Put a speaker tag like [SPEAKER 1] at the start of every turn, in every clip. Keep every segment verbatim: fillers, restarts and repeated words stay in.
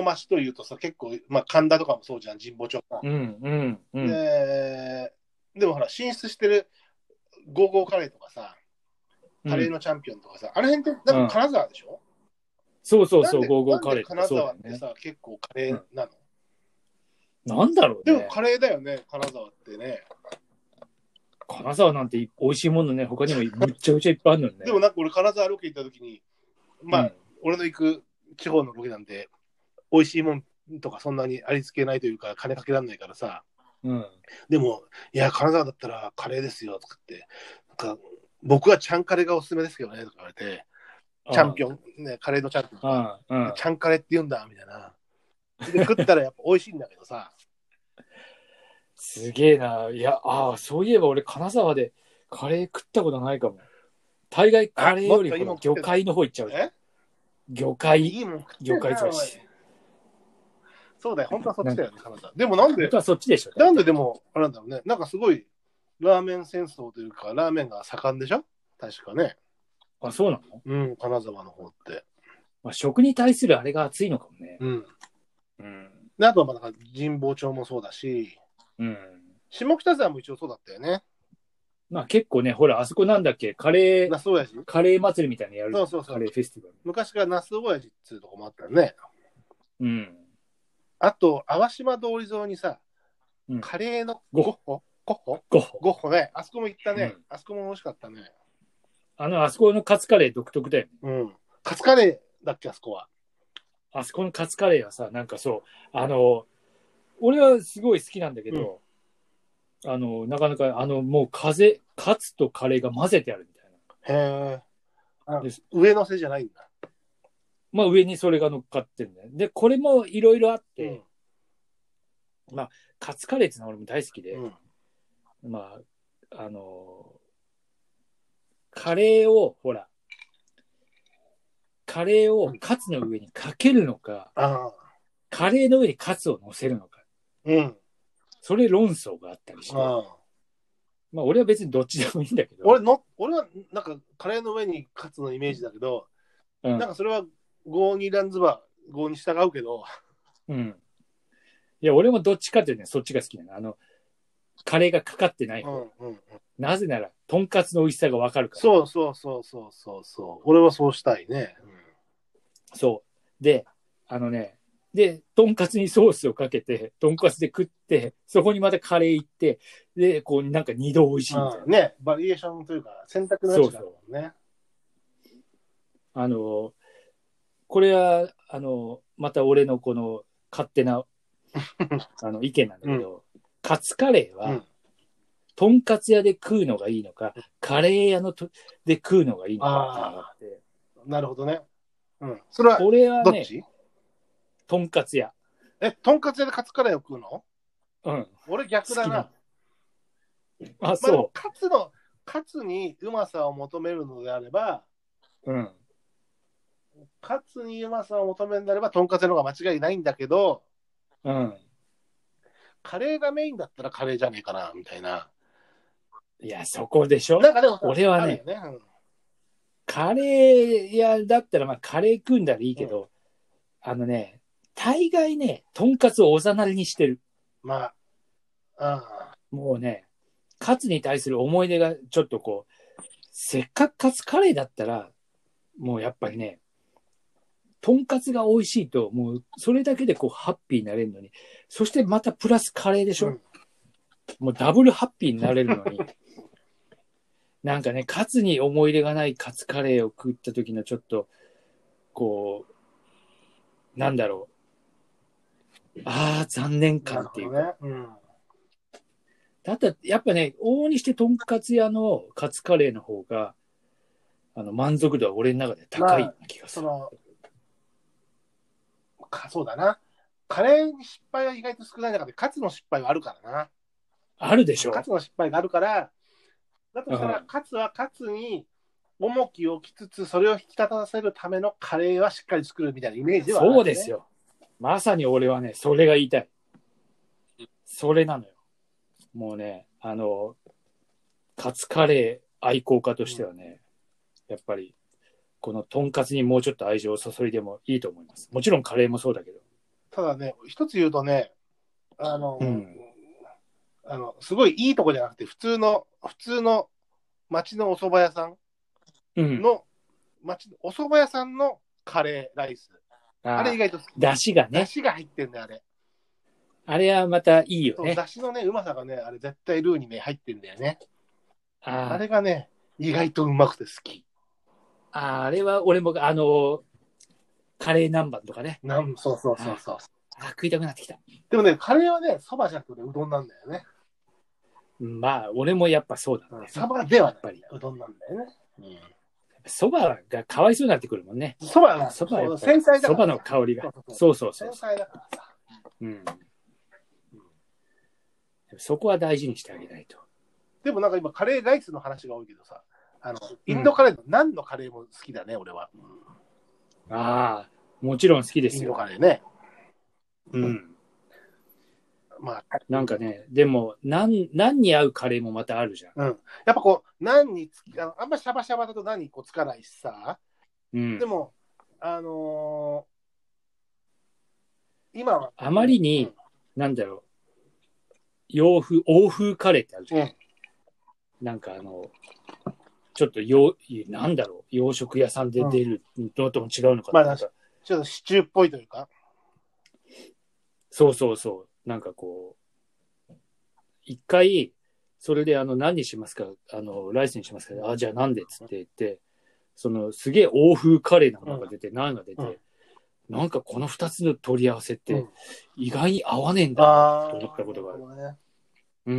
[SPEAKER 1] 増しというとさ、結構、まあ、神田とかもそうじゃん、神保町か。
[SPEAKER 2] うんうんうん。
[SPEAKER 1] で、でもほら、進出してるゴーゴーカレーとかさ、カレーのチャンピオンとかさ、うん、あの辺ってなんか金沢でしょ、うん、
[SPEAKER 2] そうそうそう、ゴーゴーカレーとかそうだよね。
[SPEAKER 1] 金沢ってさ、結構カレーなの、
[SPEAKER 2] うん、なんだろうね。
[SPEAKER 1] でもカレーだよね、金沢ってね。
[SPEAKER 2] 金沢なんて美味しいものね、他にもむっちゃくちゃいっぱいあるのね。
[SPEAKER 1] でもなんか俺、金沢ロケ行った時に、まあ、うん、俺の行く地方のロケなんで、美味しいもんとかそんなにありつけないというか、金かけられないからさ、
[SPEAKER 2] うん、
[SPEAKER 1] でも、いや、金沢だったらカレーですよとかって、なんか僕はチャンカレーがおすすめですけどねとか言われて、チャンピオン、ね、カレーのチャンピオンとか、うん、チャンカレーって言うんだみたいな。で、食ったらやっぱ美味しいんだけどさ。
[SPEAKER 2] すげえな。いや、ああ、そういえば俺、金沢でカレー食ったことないかも。大概カレーよりも魚介の方行っちゃう。
[SPEAKER 1] え
[SPEAKER 2] 魚介、
[SPEAKER 1] いいもん
[SPEAKER 2] 魚介寿司。
[SPEAKER 1] そうだよ、本当はそっちだよね、金沢。でもなんで、
[SPEAKER 2] 本当はそっちでしょ。
[SPEAKER 1] なんででも、あれなんだろうね、なんかすごい、ラーメン戦争というか、ラーメンが盛んでしょ確かね。
[SPEAKER 2] あ、そうなの？
[SPEAKER 1] うん、金沢の方って。
[SPEAKER 2] まあ、食に対するあれが熱いのかもね。
[SPEAKER 1] うん。
[SPEAKER 2] うん。
[SPEAKER 1] で、あとはまあなんか神保町もそうだし、
[SPEAKER 2] うん。
[SPEAKER 1] 下北沢も一応そうだったよね。
[SPEAKER 2] まあ結構ね、ほら、あそこなんだっけ、カレー、
[SPEAKER 1] ナス親父
[SPEAKER 2] カレー祭りみたいなのやる。
[SPEAKER 1] そうそうそう。
[SPEAKER 2] カレーフェスティバル。
[SPEAKER 1] 昔からナス親父っていうとこもあったよね。
[SPEAKER 2] うん。
[SPEAKER 1] あと、淡島通り沿いにさ、うん、カレーのゴッホゴッホゴッホゴッホね。あそこも行ったね、うん。あそこも美味しかったね。
[SPEAKER 2] あの、あそこのカツカレー独特だよね。
[SPEAKER 1] うん。カツカレーだっけ、あそこは。
[SPEAKER 2] あそこのカツカレーはさ、なんかそう、あの、俺はすごい好きなんだけど、うん、あの、なかなか、あの、もう風、カツとカレーが混ぜてあるみたいな。
[SPEAKER 1] へえ。上のせじゃないんだ。
[SPEAKER 2] まあ上にそれが乗っかってるんだよ。で、これもいろいろあって、うん、まあ、カツカレーってのは俺も大好きで、うん、まあ、あの、カレーを、ほら、カレーをカツの上にかけるのか、うん、カレーの上にカツを乗せるのか。うん。それ論争があったりして。あまあ俺は別にどっちでもいいんだけど。
[SPEAKER 1] 俺の、俺はなんかカレーの上にカツのイメージだけど、うん、なんかそれは郷にランズバー、郷に従うけど。
[SPEAKER 2] うん。いや、俺もどっちかっていうとね、そっちが好きなの。あの、カレーがかかってない方。うんうんうん、なぜなら、とんかつの美味しさがわかるから。
[SPEAKER 1] そうそうそうそうそうそう。俺はそうしたいね。うん、
[SPEAKER 2] そう。で、あのね、で、とんかつにソースをかけて、とんかつで食って、そこにまたカレー行って、で、こう、なんか二度美味しいみたいな。
[SPEAKER 1] ね、バリエーションというか、選択のやつだもんね。
[SPEAKER 2] そうそう。あの、これは、あの、また俺のこの勝手なあの意見なんだけど、うん、カツカレーは、うん、とんかつ屋で食うのがいいのか、カレー屋のとで食うのがいいのかってって。
[SPEAKER 1] なるほどね。うん。それは、
[SPEAKER 2] 俺はね、
[SPEAKER 1] どっち？
[SPEAKER 2] とんかつ屋。
[SPEAKER 1] え、とんかつ屋でカツカレーを食うの？
[SPEAKER 2] うん。
[SPEAKER 1] 俺逆だな。
[SPEAKER 2] あ、そう。まあ、
[SPEAKER 1] カツの、カツにうまさを求めるのであれば、
[SPEAKER 2] うん。
[SPEAKER 1] カツにうまさを求めるのであれば、とんかつ屋の方が間違いないんだけど、
[SPEAKER 2] うん。
[SPEAKER 1] カレーがメインだったらカレーじゃねえかな、みたいな。
[SPEAKER 2] いや、そこでしょ。
[SPEAKER 1] なんかでも
[SPEAKER 2] 俺はね、ねうん、カレー屋だったら、まあ、カレー食うんだらいいけど、うん、あのね、大概ね、とんかつをおざなりにしてる。
[SPEAKER 1] まあ、あ
[SPEAKER 2] もうね、カツに対する思い出がちょっとこう、せっかくカツカレーだったら、もうやっぱりね、とんかつが美味しいと、もうそれだけでこうハッピーになれるのに、そしてまたプラスカレーでしょ、うん、もうダブルハッピーになれるのに、なんかね、カツに思い入れがないカツカレーを食った時のちょっと、こう、なんだろう、ああ、残念感っていうか。ねうん、だってやっぱね、往々にしてとんかつ屋のカツカレーの方が、あの満足度は俺の中で高い気がする。まあ、その
[SPEAKER 1] そうだな。カレーに失敗は意外と少ない中で、カツの失敗はあるからな。
[SPEAKER 2] あるでしょ。
[SPEAKER 1] カツの失敗があるから、だとしたら、カツはカツに重きを置きつつ、それを引き立たせるためのカレーはしっかり作るみたいなイメージはある、ね。
[SPEAKER 2] そうですよ。まさに俺はね、それが言いたい。それなのよ。もうね、あの、カツカレー愛好家としてはね、うん、やっぱり、このとんかつにもうちょっと愛情を注いでもいいと思います。もちろんカレーもそうだけど。
[SPEAKER 1] ただね、一つ言うとね、あの、
[SPEAKER 2] うん、
[SPEAKER 1] あの、すごいいいとこじゃなくて、普通の、普通の町のお蕎麦屋さんの、うん、町、お蕎麦屋さんのカレーライス。あ, あれ意外と好き。
[SPEAKER 2] だしがね。
[SPEAKER 1] だしが入ってんだよ、あれ。
[SPEAKER 2] あれはまたいいよね。
[SPEAKER 1] だしのね、うまさがね、あれ絶対ルーにね、入ってんだよね。あ, あれがね、意外とうまくて好き。
[SPEAKER 2] あ, あれは俺も、あの、カレー南蛮とかね。
[SPEAKER 1] なんそうそうそうそう。
[SPEAKER 2] あ、食いたくなってきた。
[SPEAKER 1] でもね、カレーはね、そばじゃなくてうどんなんだよね。
[SPEAKER 2] まあ、俺もやっぱそうだね。
[SPEAKER 1] そばではやっぱりうどんなんだよね。
[SPEAKER 2] そ、う、ば、ん、がかわいそうになってくるもんね。
[SPEAKER 1] そばが、
[SPEAKER 2] そばは
[SPEAKER 1] 繊細だから。
[SPEAKER 2] そばの香りが。そうそうそう。
[SPEAKER 1] 繊細だからさ。
[SPEAKER 2] うん。そこは大事にしてあげないと。
[SPEAKER 1] でもなんか今カレーライスの話が多いけどさ、あのインドカレーのナンのカレーも好きだね、俺は。
[SPEAKER 2] うん、ああ、もちろん好きですよ。
[SPEAKER 1] インドカレーね。
[SPEAKER 2] うん。うん、
[SPEAKER 1] まあ、
[SPEAKER 2] なんかね、でも、ナン、ナンに合うカレーもまたあるじゃん。
[SPEAKER 1] うん。やっぱこう、ナンにつあの、あんまシャバシャバだとナンにこうつかないしさ。うん。でも、あのー、今は。
[SPEAKER 2] あまりに、うん、なんだろう、洋風、欧風カレーってあるじゃん。うん、なんかあの、ちょっと洋、なんだろう、洋食屋さんで出るのとも違うのかな。
[SPEAKER 1] まあ、ちょっとシチューっぽいというか。
[SPEAKER 2] そうそうそう。なんかこう、一回、それであの、何にしますか、あの、ライスにしますか、あ、じゃあなんでっつって言って、その、すげえ欧風カレーなものが出て、うん、ナンが出て、うん、なんかこの二つの取り合わせって、意外に合わねえんだなと思ったことがある。うんね、うん。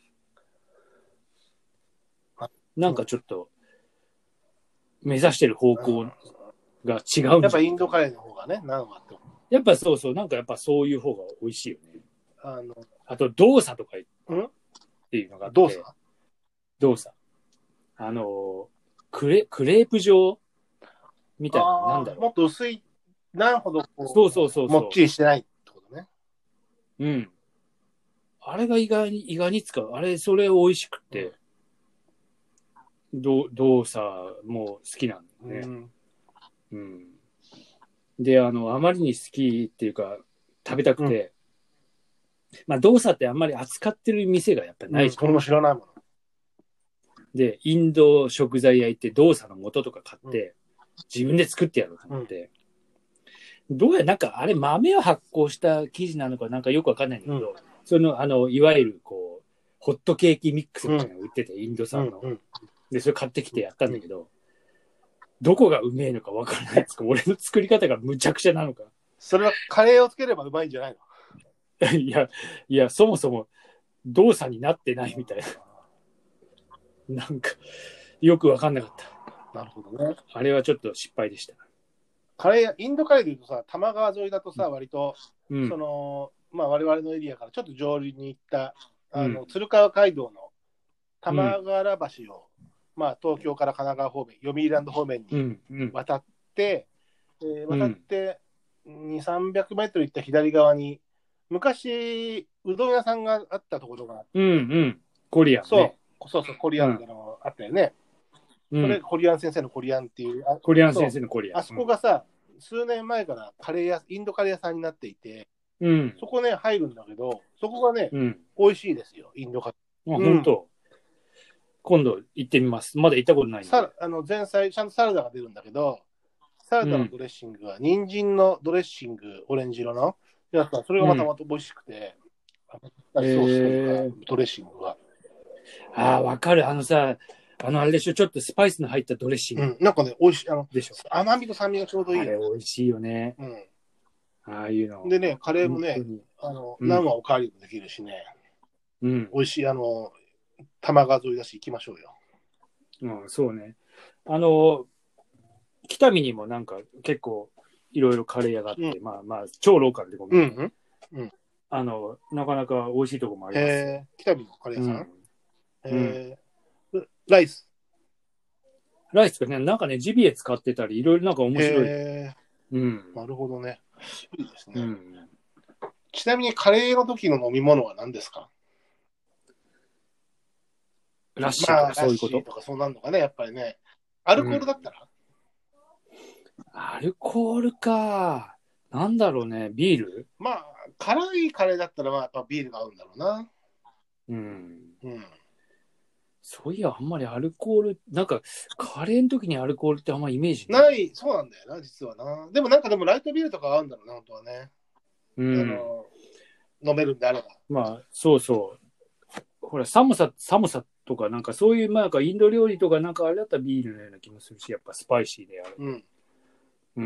[SPEAKER 2] なんかちょっと、目指してる方向が違うん、
[SPEAKER 1] やっぱインドカレーの方がね、ナンはって。
[SPEAKER 2] やっぱそうそう、なんかやっぱそういう方が美味しいよね。
[SPEAKER 1] あの、
[SPEAKER 2] あと、動作とかっていうのがあって。
[SPEAKER 1] 動作
[SPEAKER 2] 動作。あの、クレ、クレープ状みたいな、なんだろう。
[SPEAKER 1] もっと薄い、なんほどこう、
[SPEAKER 2] そうそうそうそう。
[SPEAKER 1] もっちりしてないってことね。
[SPEAKER 2] うん。あれが意外に、意外に使う。あれ、それ美味しくて、うん、ど動作も好きなんだよね。うん。うん。で、あの、あまりに好きっていうか、食べたくて、うん、まあ、動作ってあんまり扱ってる店がやっぱりないじゃん。
[SPEAKER 1] これも知らないもの。
[SPEAKER 2] で、インド食材屋行って動作の素とか買って、うん、自分で作ってやろうと思って、うん、どうやらなんかあれ豆を発酵した生地なのかなんかよくわかんないんだけど、うん、その、あの、いわゆるこう、ホットケーキミックスみたいなの売ってて、うん、インド産の、うんうん。で、それ買ってきてやったんだけど、うん、どこがうめえのかわからないですか、俺の作り方がむちゃくちゃなのか。
[SPEAKER 1] それはカレーをつければうまいんじゃない
[SPEAKER 2] のいや、いや、そもそも動作になってないみたいな。なんか、よくわかんなかった。
[SPEAKER 1] なるほどね。
[SPEAKER 2] あれはちょっと失敗でした。
[SPEAKER 1] カレー、インドカレーで言うとさ、多摩川沿いだとさ、割と、うん、その、まあ我々のエリアからちょっと上流に行った、あの、うん、鶴川街道の玉川橋を、うん、まあ東京から神奈川方面、読売ランド方面に渡って、うんうん、えー、渡ってに、さんびゃくメートル行った左側に、昔、うどん屋さんがあったところがあって、
[SPEAKER 2] うんうん、コリアンね。
[SPEAKER 1] そう。そうそう、コリアンってのあったよね。うん、それ、コリアン先生のコリアンっていう。
[SPEAKER 2] コリアン先生のコリアン。
[SPEAKER 1] あそこがさ、うん、数年前からカレー屋、インドカレー屋さんになっていて、うん、そこね、入るんだけど、そこがね、うん、美味しいですよ、インドカレ
[SPEAKER 2] ー。あ、うん、本当。今度行ってみます。まだ行ったことないんで。
[SPEAKER 1] さあの前菜、ちゃんとサラダが出るんだけど、サラダのドレッシングは、うん、人参のドレッシング、オレンジ色のやつは、それがまたまた美味しくて、うん、ソースというか、ドレッシングが。
[SPEAKER 2] ああ、わかる。あのさ、あの、あれでしょ、ちょっとスパイスの入ったドレッシング。
[SPEAKER 1] うん、なんかね、美味しい。あの、
[SPEAKER 2] でしょ。
[SPEAKER 1] 甘みと酸味がちょうどいい。
[SPEAKER 2] あれ、美味しいよね。うん。ああいうの。
[SPEAKER 1] でね、カレーもね、あの、うん、何はおかわりもできるしね。うん。美味しい、あの、玉川沿いだし行きましょうよ。
[SPEAKER 2] うん、そうね。あの、北見にもなんか結構いろいろカレー屋があって、うん、まあまあ、超ローカルでごめんなさい。うんうんうん、あの、なかなか美味しいとこもあります。
[SPEAKER 1] えー、北見のカレー屋さん、うんえーうん、ライス
[SPEAKER 2] ライスとかね、なんかね、ジビエ使ってたり、いろいろなんか面白い。
[SPEAKER 1] えー、うん。なるほどね。いいですね、うん。ちなみにカレーの時の飲み物は何ですか？
[SPEAKER 2] ラッシーとか、まあ、そういうこと。
[SPEAKER 1] ラッシーとかそうなんのかね、やっぱりね。アルコールだったら、
[SPEAKER 2] うん、アルコールか。 なんだろうね、ビール？
[SPEAKER 1] まあ、辛いカレーだったら、まあ、やっぱビールが合うんだろうな。
[SPEAKER 2] うん。
[SPEAKER 1] うん。
[SPEAKER 2] そういや、あんまりアルコール、なんか、カレーの時にアルコールってあんまイメージ
[SPEAKER 1] ない。ない、そうなんだよな、実はな。でもなんかでもライトビールとか合うんだろうな、本当はね。うん。あの、飲めるんであれば。
[SPEAKER 2] まあ、そうそう。ほら、寒さ、寒さとか、なんかそういう、まあ、なんかインド料理とか、なんかあれだったらビールのような気もするし、やっぱスパイシーである。
[SPEAKER 1] うん。
[SPEAKER 2] うん。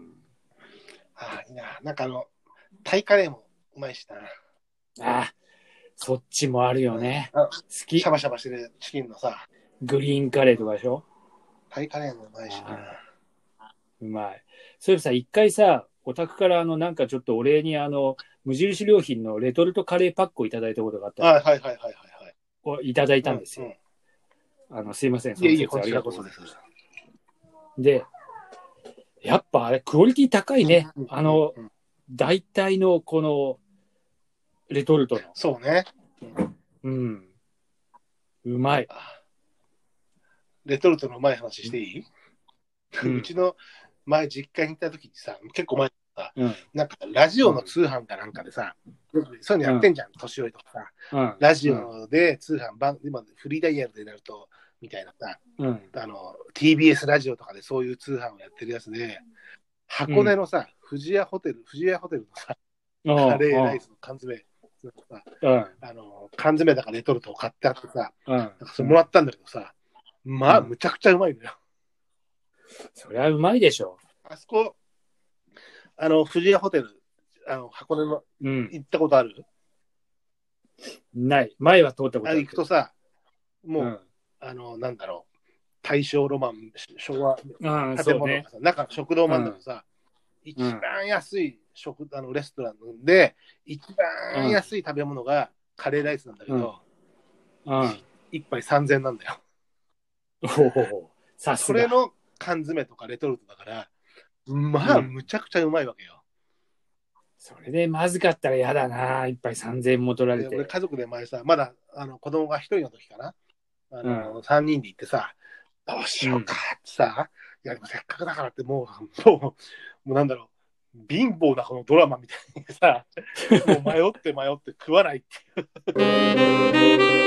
[SPEAKER 1] ああ、いいな。なんかあの、タイカレーもうまいし
[SPEAKER 2] な。ああ、そっちもあるよね。
[SPEAKER 1] うん、好
[SPEAKER 2] き。
[SPEAKER 1] シャバシャバしてるチキンのさ。
[SPEAKER 2] グリーンカレーとかでしょ？
[SPEAKER 1] タイカレーもうまいしな。
[SPEAKER 2] うまい。そういえばさ、一回さ、お宅からあの、なんかちょっとお礼にあの、無印良品のレトルトカレーパックをいただいたことがあった
[SPEAKER 1] はいはいはいはいはい、
[SPEAKER 2] はい。いただいたんですよ。うんうん、あの、すいません。
[SPEAKER 1] その説ありがとうございます。
[SPEAKER 2] で、やっぱあれ、クオリティ高いね。うんうんうん、あの、大体のこの、レトルトの。
[SPEAKER 1] そうね。
[SPEAKER 2] うん。うまい。
[SPEAKER 1] レトルトのうまい話していい？うん、うちの前実家に行った時にさ、結構前にさ、うん、なんかラジオの通販かなんかでさ、うん、そういうのやってんじゃん、年寄りとかさ、うん、ラジオで通販番、今フリーダイヤルでなると、みたいなさ、うん、あの、ティービーエス ラジオとかでそういう通販をやってるやつで、箱根のさ、うん、富士屋ホテル、富士屋ホテルのさ、カレーライスの缶詰、さ、うん、あの缶詰だからレトルトを買ってあってさ、うん、なんかそれもらったんだけどさ、まあ、むちゃくちゃうまいのよ。
[SPEAKER 2] そりゃうまいでしょ。
[SPEAKER 1] あそこ、あの、富士屋ホテル、あの、箱根の、うん、行ったことある？
[SPEAKER 2] ない。前は通ったことある。
[SPEAKER 1] あ、行くとさ、もう、うん、あの、なんだろう、大正ロマン、昭和、建物がさ、ね、中、食堂もあるんだけどさ、うん、一番安い食、あの、レストランで、一番安い食べ物がカレーライスなんだけど、うんうん、一杯さんぜんえんなんだよ。
[SPEAKER 2] おお、さすが。
[SPEAKER 1] それの缶詰とかレトルトだから、まあ、むちゃくちゃうまいわけよ。
[SPEAKER 2] それでまずかったら嫌だな、一杯さんぜんえんも取られて。
[SPEAKER 1] 俺、家族で前さ、まだあの子供が一人の時かな、あの、うん、さんにんで行ってさ、どうしようかってさ、うん、いや、でもせっかくだからって、もう、もう、もうなんだろう、貧乏なこのドラマみたいにさ、もう迷って迷って食わないっていう。